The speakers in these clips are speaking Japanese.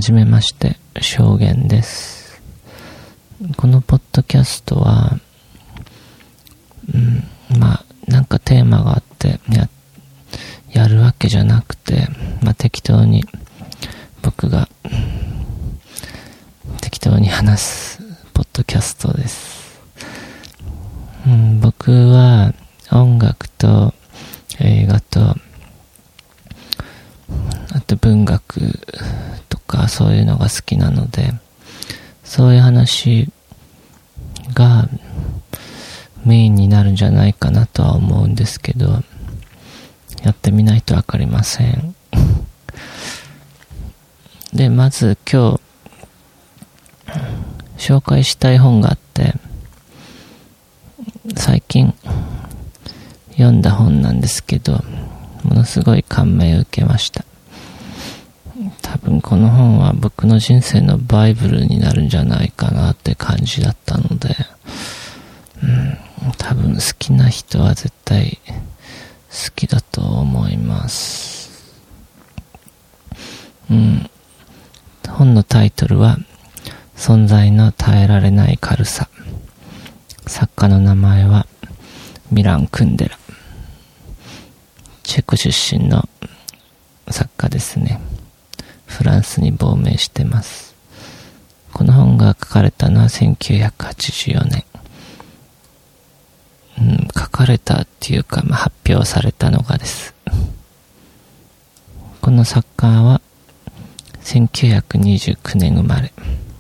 じめまして、証言です。このポッドキャストは、なんかテーマがあってやるわけじゃなくて、適当に僕が適当に話すポッドキャストです。僕は音楽と映画とあと文学とかそういうのが好きなので、そういう話がメインになるんじゃないかなとは思うんですけど、やってみないとわかりません。で、まず今日紹介したい本があって、最近読んだ本なんですけど、ものすごい感銘を受けました。多分この本は僕の人生のバイブルになるんじゃないかなって感じだったので、多分好きな人は絶対好きだと思います。本のタイトルは存在の耐えられない軽さ。作家の名前はミラン・クンデラ。チェコ出身の作家ですね。フランスに亡命してます。この本が書かれたのは1984年。書かれたっていうか、発表されたのがです。この作家は1929年生まれ。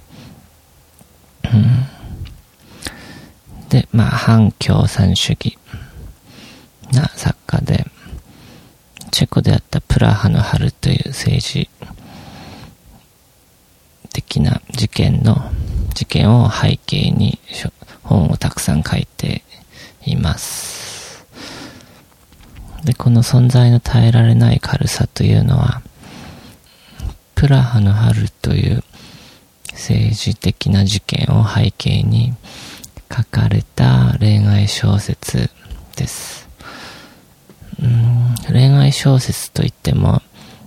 で、反共産主義な作家で、チェコであったプラハの春という政治的な事件を背景に本をたくさん書いています。で、この存在の耐えられない軽さというのは、プラハの春という政治的な事件を背景に書かれた恋愛小説です。恋愛小説といっても、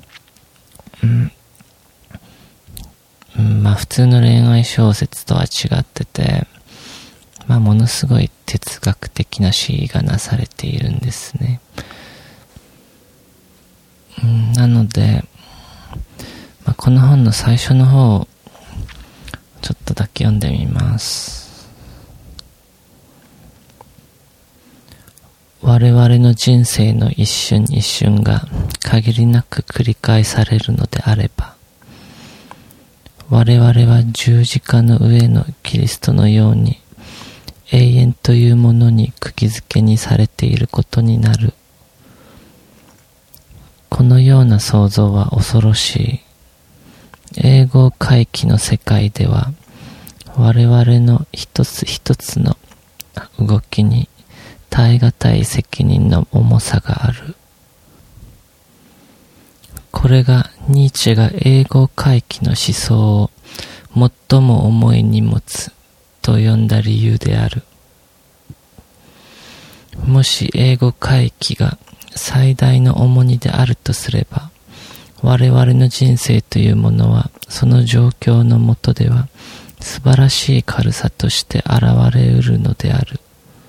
普通の恋愛小説とは違ってて、ものすごい哲学的な詩がなされているんですね。なので、この本の最初の方をちょっとだけ読んでみます。我々の人生の一瞬一瞬が限りなく繰り返されるのであれば、我々は十字架の上のキリストのように永遠というものに釘付けにされていることになる。このような想像は恐ろしい。永劫回帰の世界では我々の一つ一つの動きに耐え難い責任の重さがある。これがニーチェが永劫回帰の思想を最も重い荷物と呼んだ理由である。もし永劫回帰が最大の重荷であるとすれば、我々の人生というものはその状況の下では素晴らしい軽さとして現れうるのである。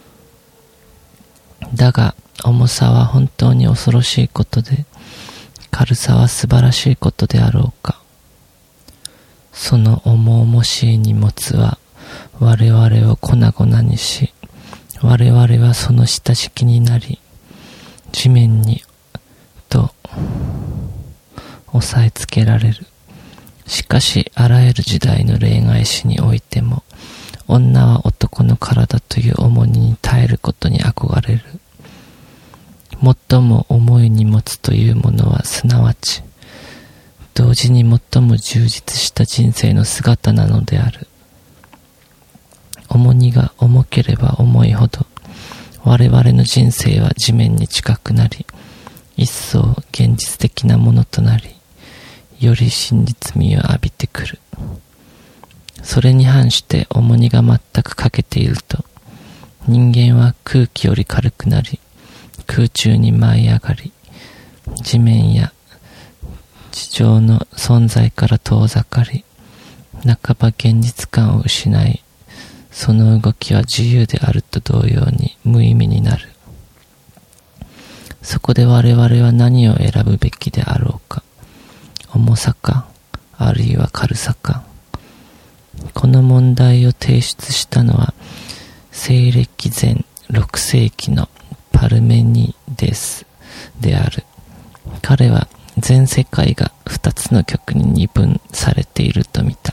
だが重さは本当に恐ろしいことで、軽さは素晴らしいことであろうか。その重々しい荷物は我々を粉々にし、我々はその下敷きになり、地面にと押さえつけられる。しかしあらゆる時代の恋愛史においても、女は男の体という重荷に耐えることに憧れる。最も重い荷物というものはすなわち同時に最も充実した人生の姿なのである。重荷が重ければ重いほど我々の人生は地面に近くなり、一層現実的なものとなり、より真実味を浴びてくる。それに反して重荷が全く欠けていると、人間は空気より軽くなり、空中に舞い上がり、地面や地上の存在から遠ざかり、半ば現実感を失い、その動きは自由であると同様に無意味になる。そこで我々は何を選ぶべきであろうか。重さか、あるいは軽さか。この問題を提出したのは、西暦前6世紀のパルメニデスである。彼は全世界が2つの極に二分されていると見た。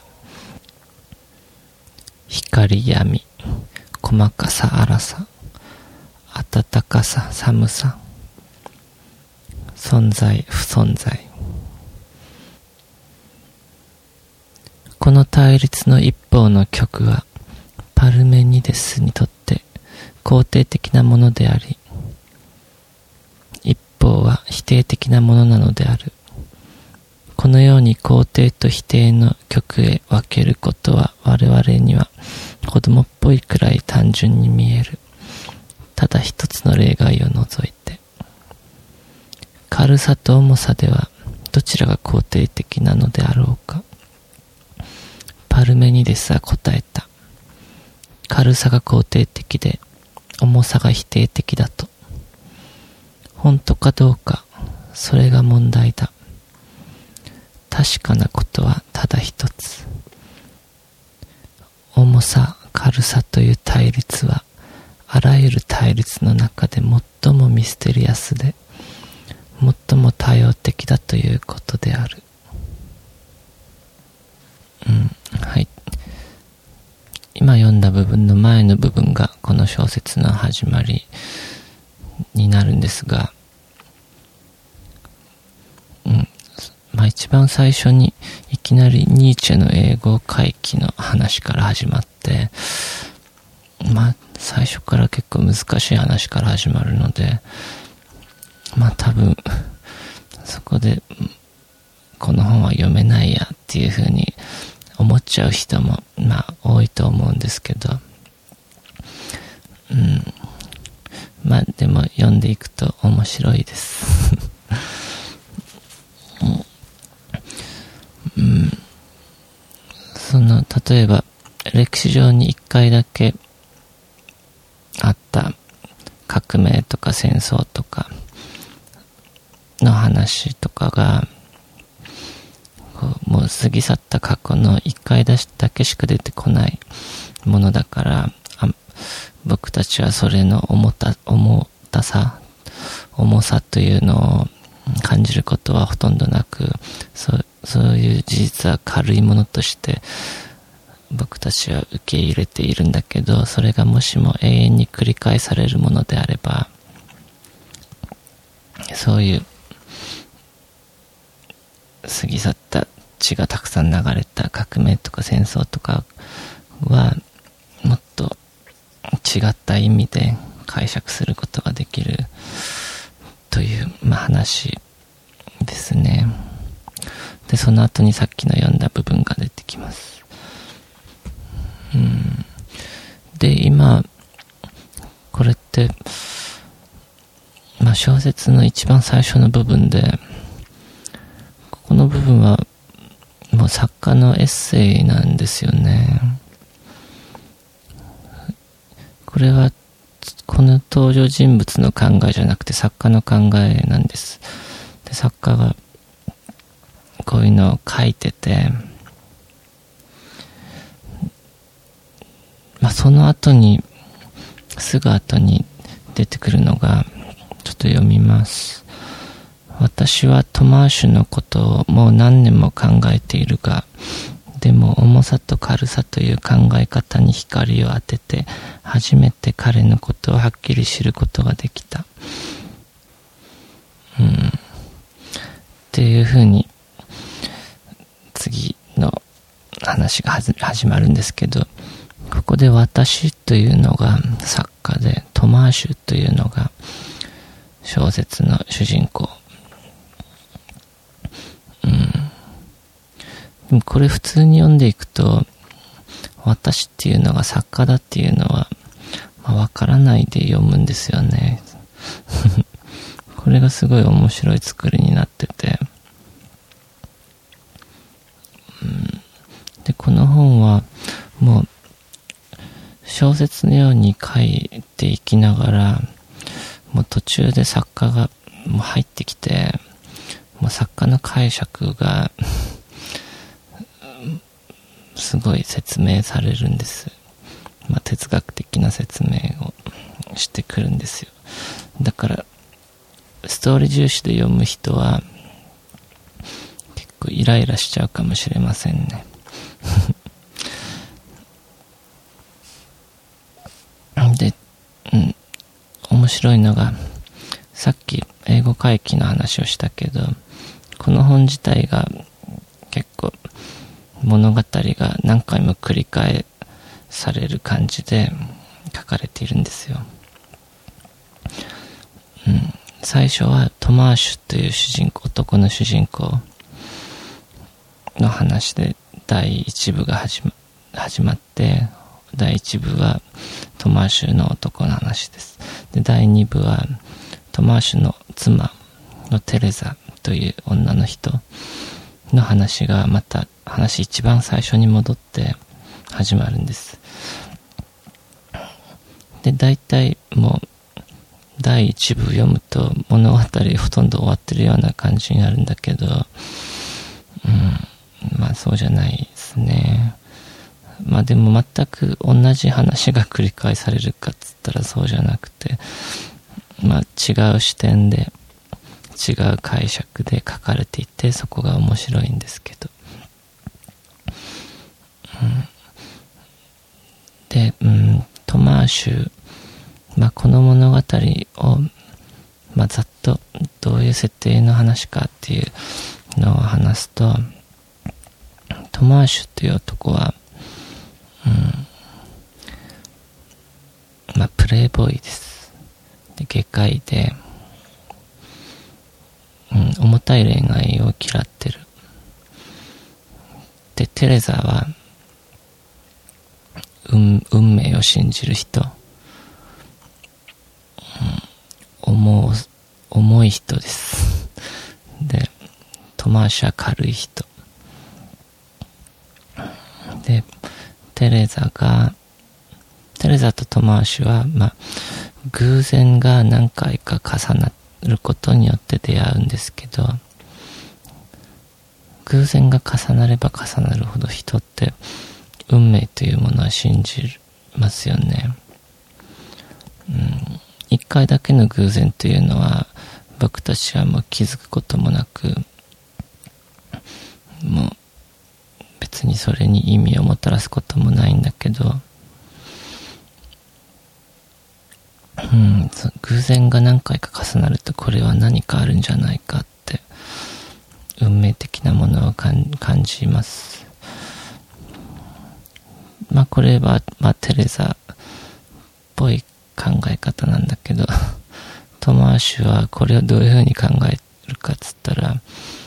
光闇、細かさ粗さ、暖かさ寒さ、存在不存在。この対立の一方の極はパルメニデスにとって肯定的なものであり、一方は否定的なものなのである。このように肯定と否定の極へ分けることは我々には子供っぽいくらい単純に見える。ただ一つの例外を除いて。軽さと重さではどちらが肯定的なのであろうか。パルメニデスは答えた。軽さが肯定的で重さが否定的だと。本当かどうか、それが問題だ。確かなことはただ一つ。重さ、軽さという対立は、あらゆる対立の中で最もミステリアスで、最も多様的だということである。はい。今読んだ部分の前の部分がこの小説の始まりになるんですが、一番最初にいきなりニーチェの英語回帰の話から始まって、最初から結構難しい話から始まるので、多分そこでこの本は読めないやっていう風に思っちゃう人も多いと思うんですけど、でも読んでいくと面白いです例えば歴史上に一回だけあった革命とか戦争とかの話とかがもう過ぎ去った過去の一回だけしか出てこないものだから、僕たちはそれの重さというのを感じることはほとんどなく、そういう事実は軽いものとして僕たちは受け入れているんだけど、それがもしも永遠に繰り返されるものであれば、そういう過ぎ去った血がたくさん流れた革命とか戦争とかはもっと違った意味で解釈することができるという、話ですね。で、その後にさっきの読んだ部分が出てきます。で、今これって小説の一番最初の部分で、この部分はもう作家のエッセイなんですよね。これはこの登場人物の考えじゃなくて作家の考えなんです。で、作家がこういうのを書いてて、その後にすぐ後に出てくるのが、ちょっと読みます。私はトマーシュのことをもう何年も考えているが、でも重さと軽さという考え方に光を当てて初めて彼のことをはっきり知ることができた。っていうふうに次の話が始まるんですけど、ここで私というのが作家で、トマーシュというのが小説の主人公。でもこれ普通に読んでいくと、私っていうのが作家だっていうのは、わからないで読むんですよね。これがすごい面白い作りになってて、 の本はもう小説のように書いていきながら、もう途中で作家がもう入ってきて、もう作家の解釈がすごい説明されるんです。哲学的な説明をしてくるんですよ。だからストーリー重視で読む人は結構イライラしちゃうかもしれませんね。で、面白いのが、さっき英語回帰の話をしたけど、この本自体が結構物語が何回も繰り返される感じで書かれているんですよ。最初はトマーシュという男の主人公の話で第1部が始まって、第1部はトマーシュの男の話です。で、第2部はトマーシュの妻のテレザという女の人の話がまた一番最初に戻って始まるんです。で、大体もう第1部読むと物語ほとんど終わってるような感じになるんだけど、そうじゃないですね。でも全く同じ話が繰り返されるかっつったらそうじゃなくて、違う視点で違う解釈で書かれていて、そこが面白いんですけど、で、トマーシュ、この物語を、ざっとどういう設定の話かっていうのを話すと、トマーシュという男は、プレイボーイです。で、外科医で、重たい恋愛を嫌ってる。で、テレザは、運命を信じる人。重い人です。で、トマーシュは軽い人。で、テレザとトマーシュは、偶然が何回か重なることによって出会うんですけど、偶然が重なれば重なるほど人って運命というものは信じますよね。一回だけの偶然というのは僕たちはもう気づくこともなく、もう別にそれに意味をもたらすこともないんだけど、偶然が何回か重なると、これは何かあるんじゃないかって運命的なものを感じます。これはテレザっぽい考え方なんだけど、トマーシュはこれをどういうふうに考えるかっつったら、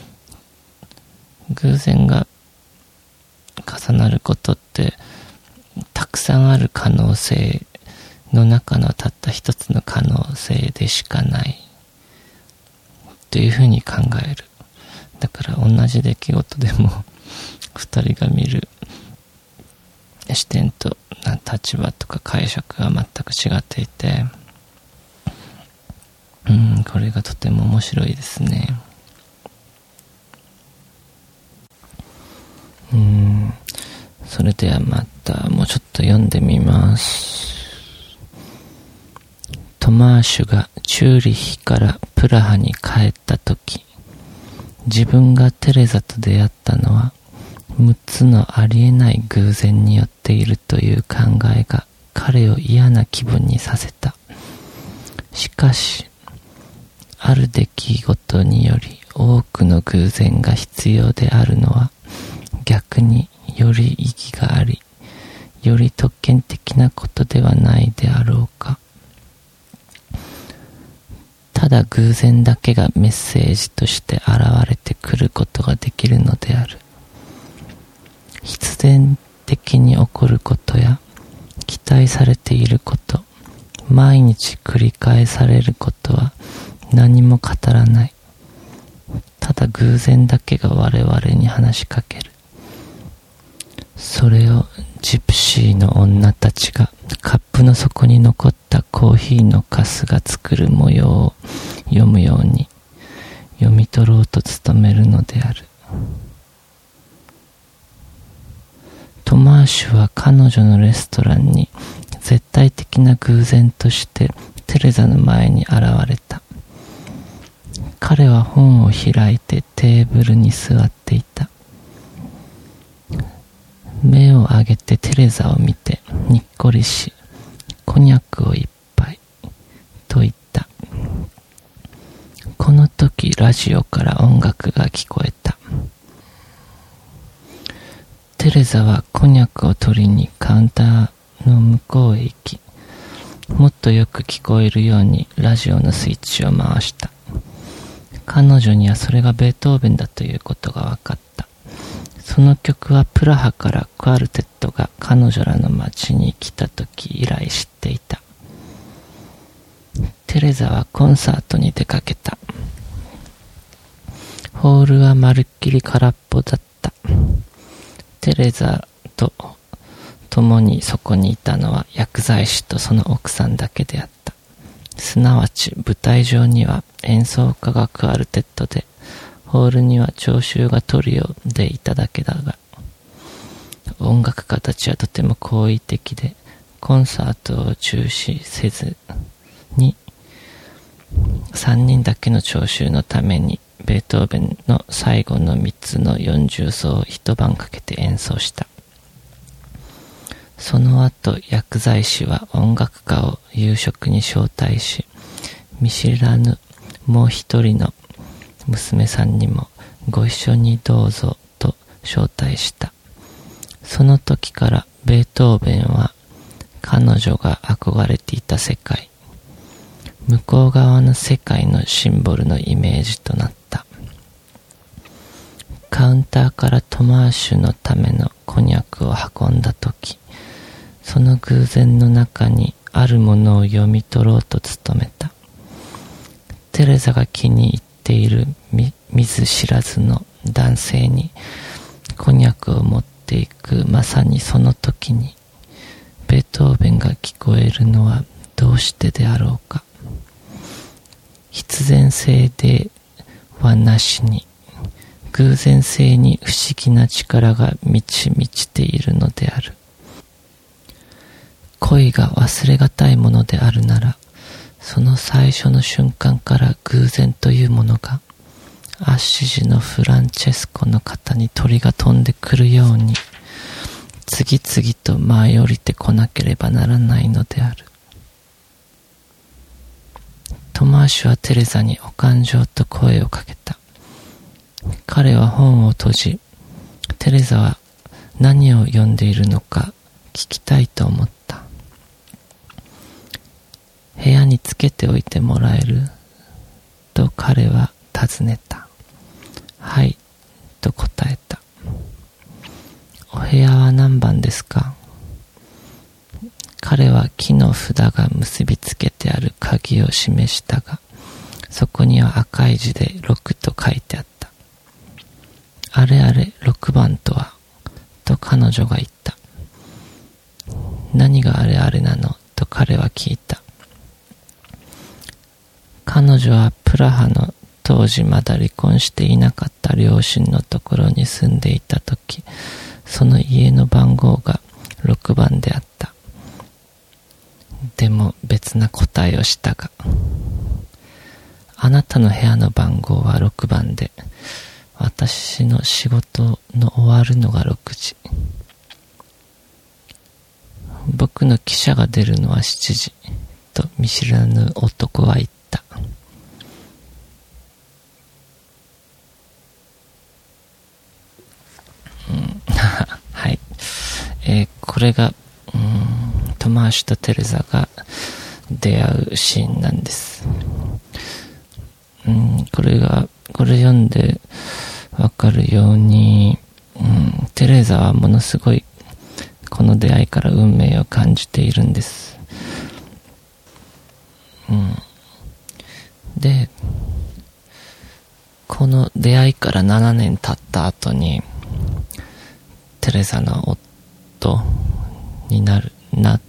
偶然が重なることってたくさんある可能性の中のたった一つの可能性でしかないというふうに考える。だから同じ出来事でも二人が見る視点と立場とか解釈が全く違っていて、これがとても面白いですね。それではまたもうちょっと読んでみます。トマーシュがチューリヒからプラハに帰ったとき、自分がテレザと出会ったのは6つのありえない偶然によっているという考えが彼を嫌な気分にさせた。しかし、ある出来事により多くの偶然が必要であるのは逆により意義があり、より特権的なことではないであろうか。ただ偶然だけがメッセージとして現れてくることができるのである。必然的に起こることや期待されていること、毎日繰り返されることは何も語らない。ただ偶然だけが我々に話しかける。 それをジプシーの女たちがカップの底に残ったコーヒーのカスが作る模様を読むように読み取ろうと努めるのである。トマーシュは彼女のレストランに絶対的な偶然としてテレザの前に現れた。彼は本を開いてテーブルに座っていた。目を上げてテレザを見てにっこりし、コニャクを一杯と言った。この時ラジオから音楽が聞こえた。テレザはコニャクを取りにカウンターの向こうへ行き、もっとよく聞こえるようにラジオのスイッチを回した。彼女にはそれがベートーベンだということが分かった。その曲はプラハからクアルテットが彼女らの町に来た時以来知っていた。テレザはコンサートに出かけた。ホールはまるっきり空っぽだった。テレザと共にそこにいたのは薬剤師とその奥さんだけであった。すなわち舞台上には演奏家がクアルテットで、ホールには聴衆がトリオでいただけだが、音楽家たちはとても好意的で、コンサートを中止せずに、3人だけの聴衆のために、ベートーベンの最後の3つの40奏を一晩かけて演奏した。その後、薬剤師は音楽家を夕食に招待し、見知らぬもう一人の娘さんにもご一緒にどうぞと招待した。その時からベートーベンは彼女が憧れていた世界、向こう側の世界のシンボルのイメージとなった。カウンターからトマーシュのためのコニャクを運んだ時、その偶然の中にあるものを読み取ろうと努めた。テレザが気に入っている見ず知らずの男性にコニャクを持っていくまさにその時に、ベートーベンが聞こえるのはどうしてであろうか。必然性ではなしに、偶然性に不思議な力が満ち満ちているのである。恋が忘れがたいものであるなら、その最初の瞬間から偶然というものが、アッシジのフランチェスコの肩に鳥が飛んでくるように、次々と舞い降りてこなければならないのである。トマーシュはテレザにお感情と声をかけた。彼は本を閉じ、テレザは何を読んでいるのか聞きたいと思った。部屋につけておいてもらえると彼は尋ねた。はい、と答えた。お部屋は何番ですか？彼は木の札が結びつけてある鍵を示したが、そこには赤い字で6と書いてあった。あれあれ6番とは、と彼女が言った。何があれあれなの？と彼は聞いた。彼女はプラハの当時まだ離婚していなかった両親のところに住んでいたとき、その家の番号が6番であった。でも別な答えをしたが、あなたの部屋の番号は6番で、私の仕事の終わるのが6時。僕の汽車が出るのは7時、と見知らぬ男は言った。はい。これが、トマーシュとテレザが出会うシーンなんです。これ読んでわかるように、テレザはものすごいこの出会いから運命を感じているんです。で、この出会いから7年経った後に、テレザの夫になった、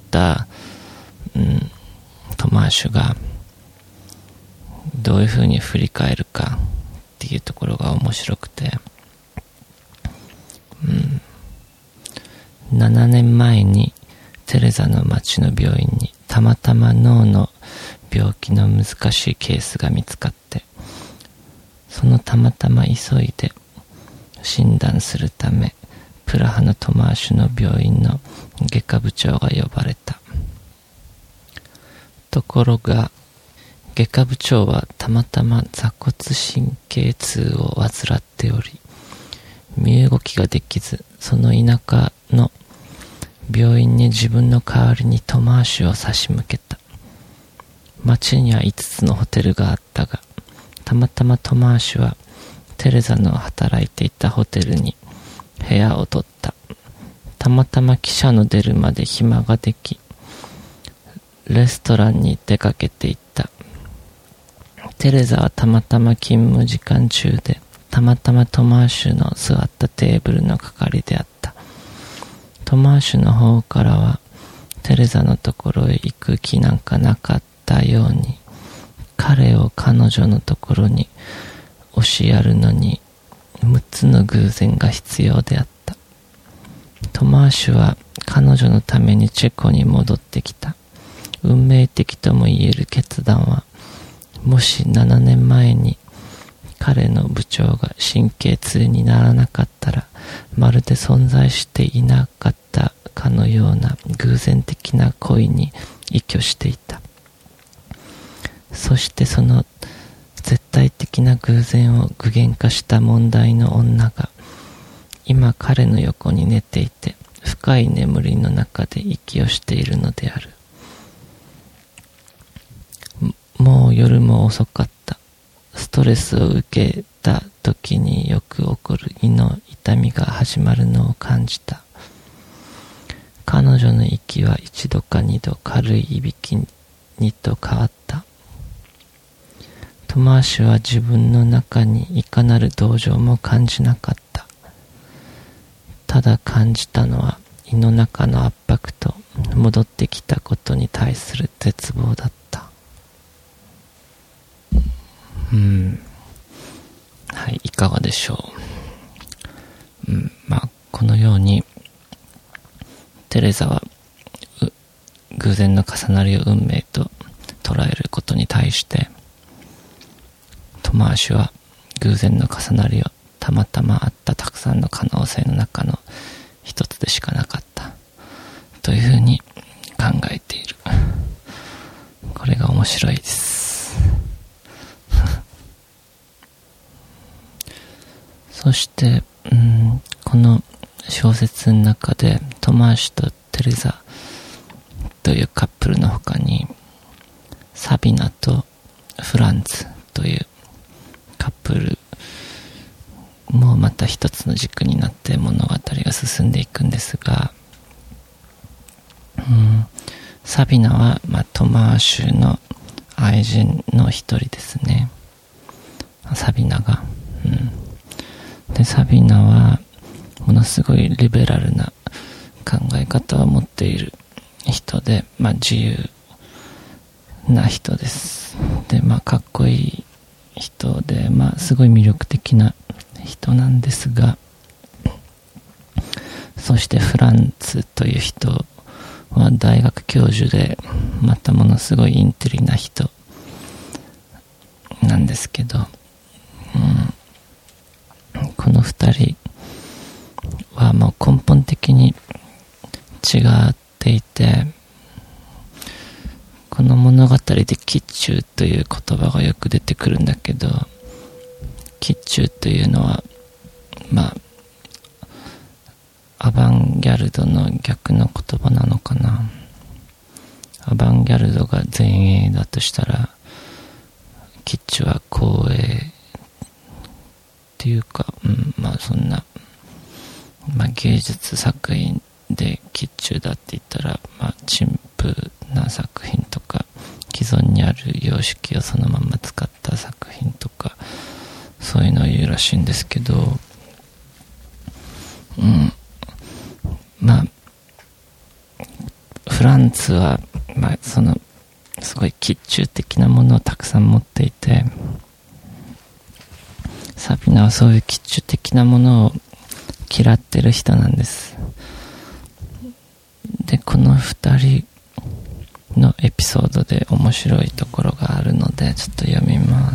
トマーシュがどういう風に振り返るかっていうところが面白くて、7年前にテレザの町の病院にたまたま脳の病気の難しいケースが見つかって、そのたまたま急いで診断するためプラハのトマーシュの病院の外科部長が呼ばれた。ところが外科部長はたまたま坐骨神経痛を患っており、身動きができず、その田舎の病院に自分の代わりにトマーシュを差し向けた。町には5つのホテルがあったが、たまたまトマーシュはテレザの働いていたホテルに部屋を取った。たまたま汽車の出るまで暇ができ、レストランに出かけていった。テレザはたまたま勤務時間中で、たまたまトマーシュの座ったテーブルの係であった。トマーシュの方からはテレザのところへ行く気なんかなかったように、彼を彼女のところに押しやるのに6つの偶然が必要であった。トマーシュは彼女のためにチェコに戻ってきた。運命的とも言える決断は、もし7年前に彼の部長が神経痛にならなかったら、まるで存在していなかったかのような偶然的な恋に依拠していた。そしてその絶対的な偶然を具現化した問題の女が、今彼の横に寝ていて、深い眠りの中で息をしているのである。もう夜も遅かった。ストレスを受けた時によく起こる胃の痛みが始まるのを感じた。彼女の息は1度か2度軽いいびきにと変わった。トマーシュは自分の中にいかなる同情も感じなかった。ただ感じたのは胃の中の圧迫と戻ってきたことに対する絶望だった。はい、いかがでしょう。このようにテレザは偶然の重なりを運命と捉えることに対して、トマーシュは偶然の重なりをたまたまあったたくさんの可能性の中の一つでしかなかったというふうに考えている。これが面白いです。そして、この小説の中でトマーシュとテレザというカップルの他に、サビナとフランツというカップルもまた一つの軸になって物語が進んでいくんですが、サビナは、トマーシュの愛人の一人ですね。サビナが、でサビナはものすごいリベラルな考え方を持っている人で、自由な人です。で、かっこいい人で、すごい魅力的な人なんですが、そしてフランツという人は大学教授で、またものすごいインテリな人なんですけど、この二人はもう根本的に違っていて、この物語でキッチューという言葉がよく出てくるんだけど、キッチューというのはアバンギャルドの逆の言葉なのかな。アバンギャルドが前衛だとしたら、キッチュは後衛っていうか、そんな、芸術作品でキッチュだって言ったら、陳腐な作品とか、既存にある様式をそのまま使った作品とか、そういうのを言うらしいんですけど、 フランツは、すごい吉中的なものをたくさん持っていて、サビナはそういう吉中的なものを嫌ってる人なんです。で、この二人のエピソードで面白いところがあるので、ちょっと読みます。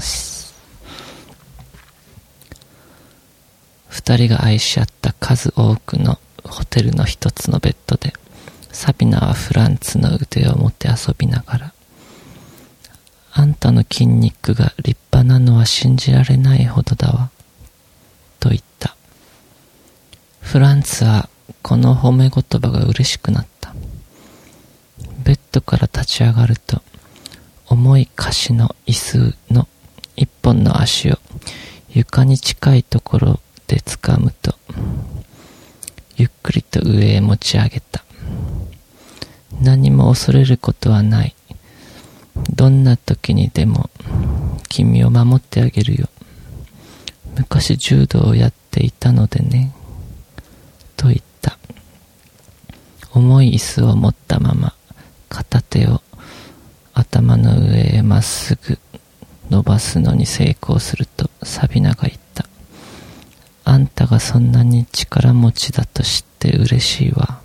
二人が愛し合った数多くのホテルの一つのベッドで、サビナはフランツの腕を持って遊びながら、あんたの筋肉が立派なのは信じられないほどだわ、と言った。フランツはこの褒め言葉が嬉しくなった。ベッドから立ち上がると、重いカシの椅子の一本の足を床に近いところで掴むと、ゆっくりと上へ持ち上げた。何も恐れることはない。どんな時にでも君を守ってあげるよ。昔柔道をやっていたのでね、と言った。重い椅子を持ったまま片手を頭の上へまっすぐ伸ばすのに成功すると、サビナが言った。あんたがそんなに力持ちだと知って嬉しいわ。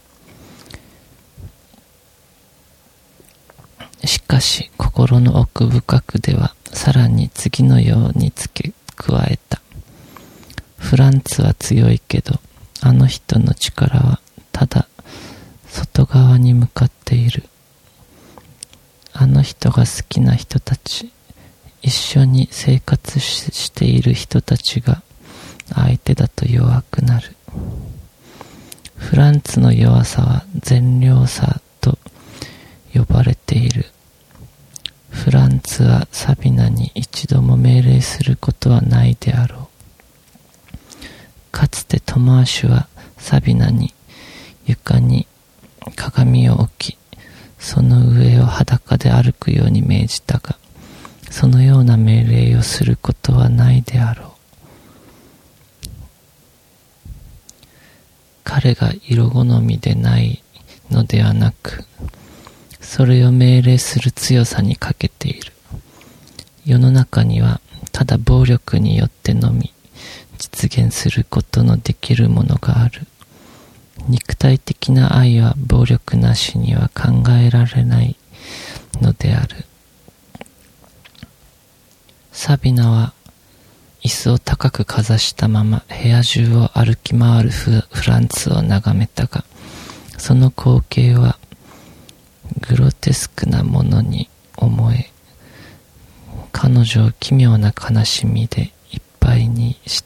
しかし心の奥深くではさらに次のように付け加えた。フランツは強いけど、あの人の力はただ外側に向かっている。あの人が好きな人たち、一緒に生活している人たちが相手だと弱くなる。フランツの弱さは善良さと呼ばれている。フランツはサビナに一度も命令することはないであろう。かつてトマーシュはサビナに床に鏡を置き、その上を裸で歩くように命じたが、そのような命令をすることはないであろう。彼が色好みでないのではなく、それを命令する強さに欠けている。世の中にはただ暴力によってのみ実現することのできるものがある。肉体的な愛は暴力なしには考えられないのである。サビナは椅子を高くかざしたまま部屋中を歩き回るフランツを眺めたが、その光景はグロテスクなものに思え、彼女を奇妙な悲しみでいっぱいにした。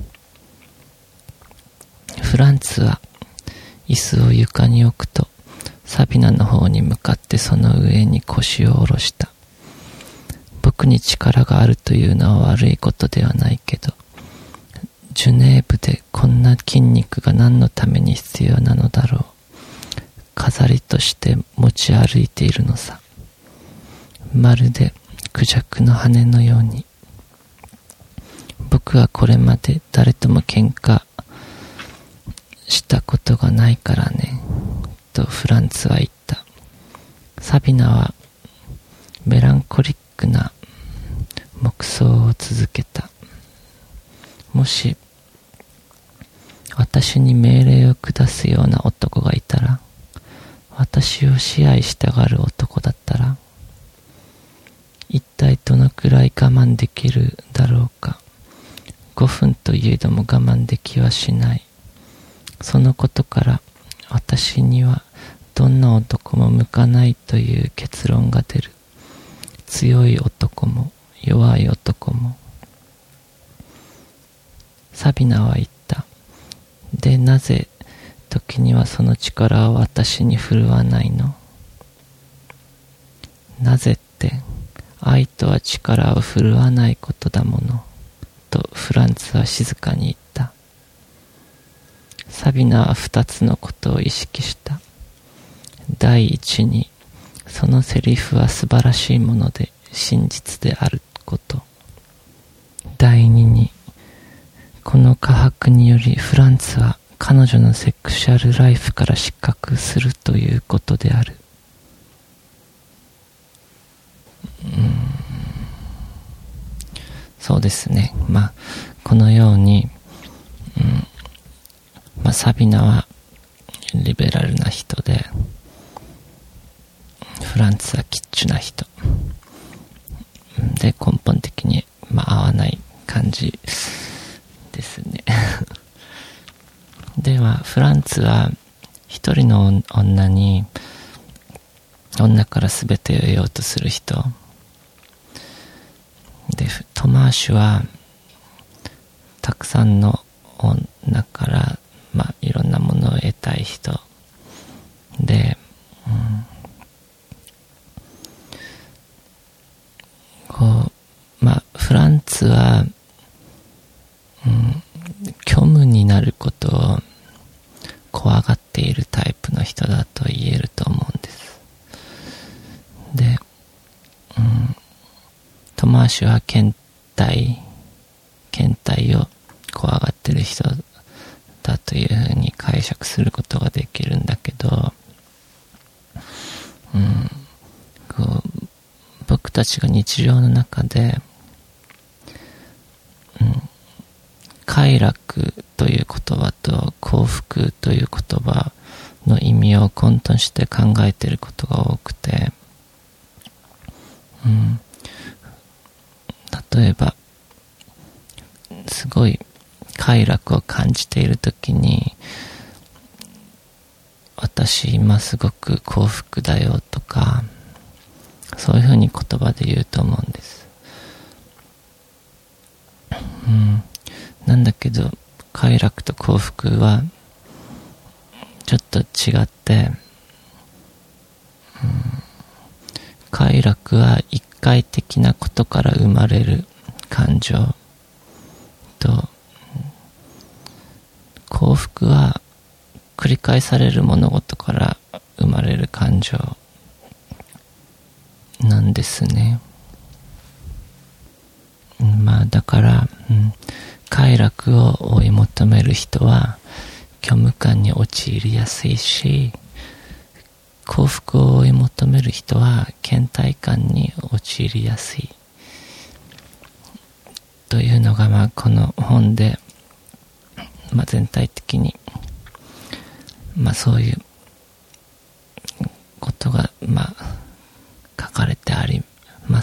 フランツは椅子を床に置くと、サビナの方に向かってその上に腰を下ろした。僕に力があるというのは悪いことではないけど、ジュネーブでこんな筋肉が何のために必要なのだろう。飾りとして持ち歩いているのさ。まるでクジャクの羽のように。僕はこれまで誰とも喧嘩したことがないからね、とフランツは言った。サビナはメランコリックな黙想を続けた。もし私に命令を下すような男がいたら、私を支配したがる男だったら、一体どのくらい我慢できるだろうか。5分といえども我慢できはしない。そのことから私にはどんな男も向かないという結論が出る。強い男も弱い男も。サビナは言った。で、なぜ時にはその力を私に振るわないの？なぜって、愛とは力を振るわないことだもの、とフランツは静かに言った。サビナは2つのことを意識した。第一に、そのセリフは素晴らしいもので真実であること。第二に、この科博によりフランツは彼女のセクシャルライフから失格するということである。そうですね。このように、サビナはリベラルな人で、フランツはキッチュな人で、根本的に合わない感じですね。ではフランツは一人の女から全てを得ようとする人で、トマーシュはたくさんの女からいろんなものを得たい人で、フランツは、虚無になることを怖がっているタイプの人だと言えると思うんです。で、トマーシュは検体を怖がってる人だというふうに解釈することができるんだけど、僕たちが日常の中で、快楽という言葉と幸福という言葉の意味を混沌して考えていることが多くて、例えばすごい快楽を感じているときに、私今すごく幸福だよとか、そういうふうに言葉で言うと思うんです。なんだけど快楽と幸福はちょっと違って、快楽は一回的なことから生まれる感情と、幸福は繰り返される物事から生まれる感情なんですね。だから、快楽を追い求める人は虚無感に陥りやすいし、幸福を追い求める人は倦怠感に陥りやすいというのが、この本で、全体的にそういうことが書かれてあります。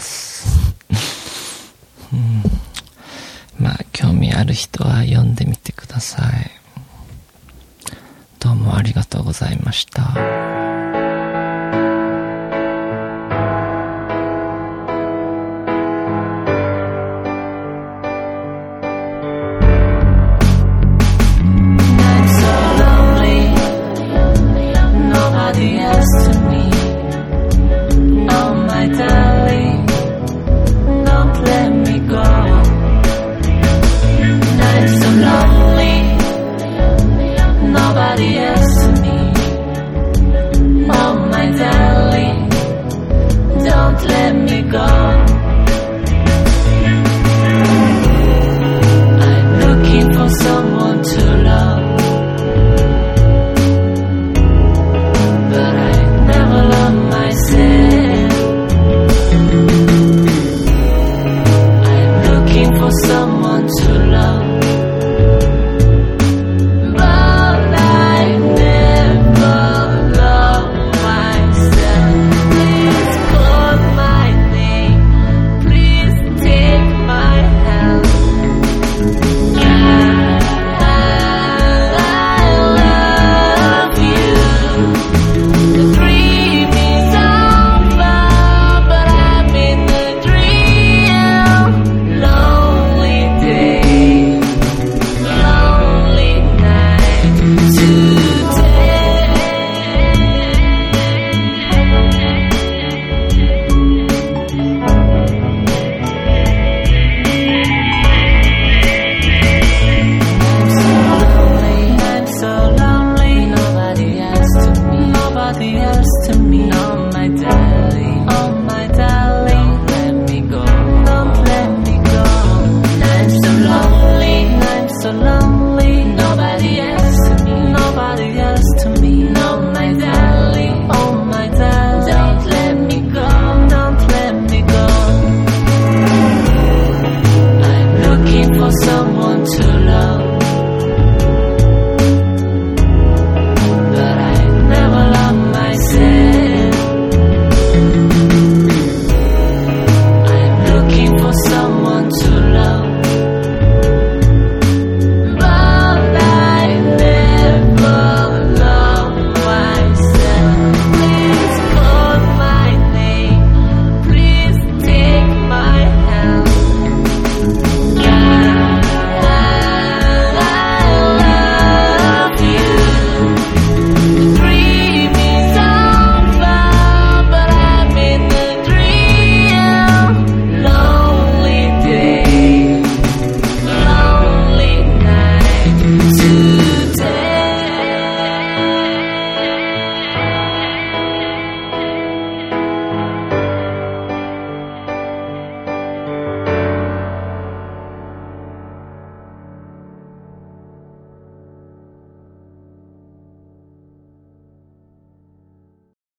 興味ある人は読んでみてください。どうもありがとうございました。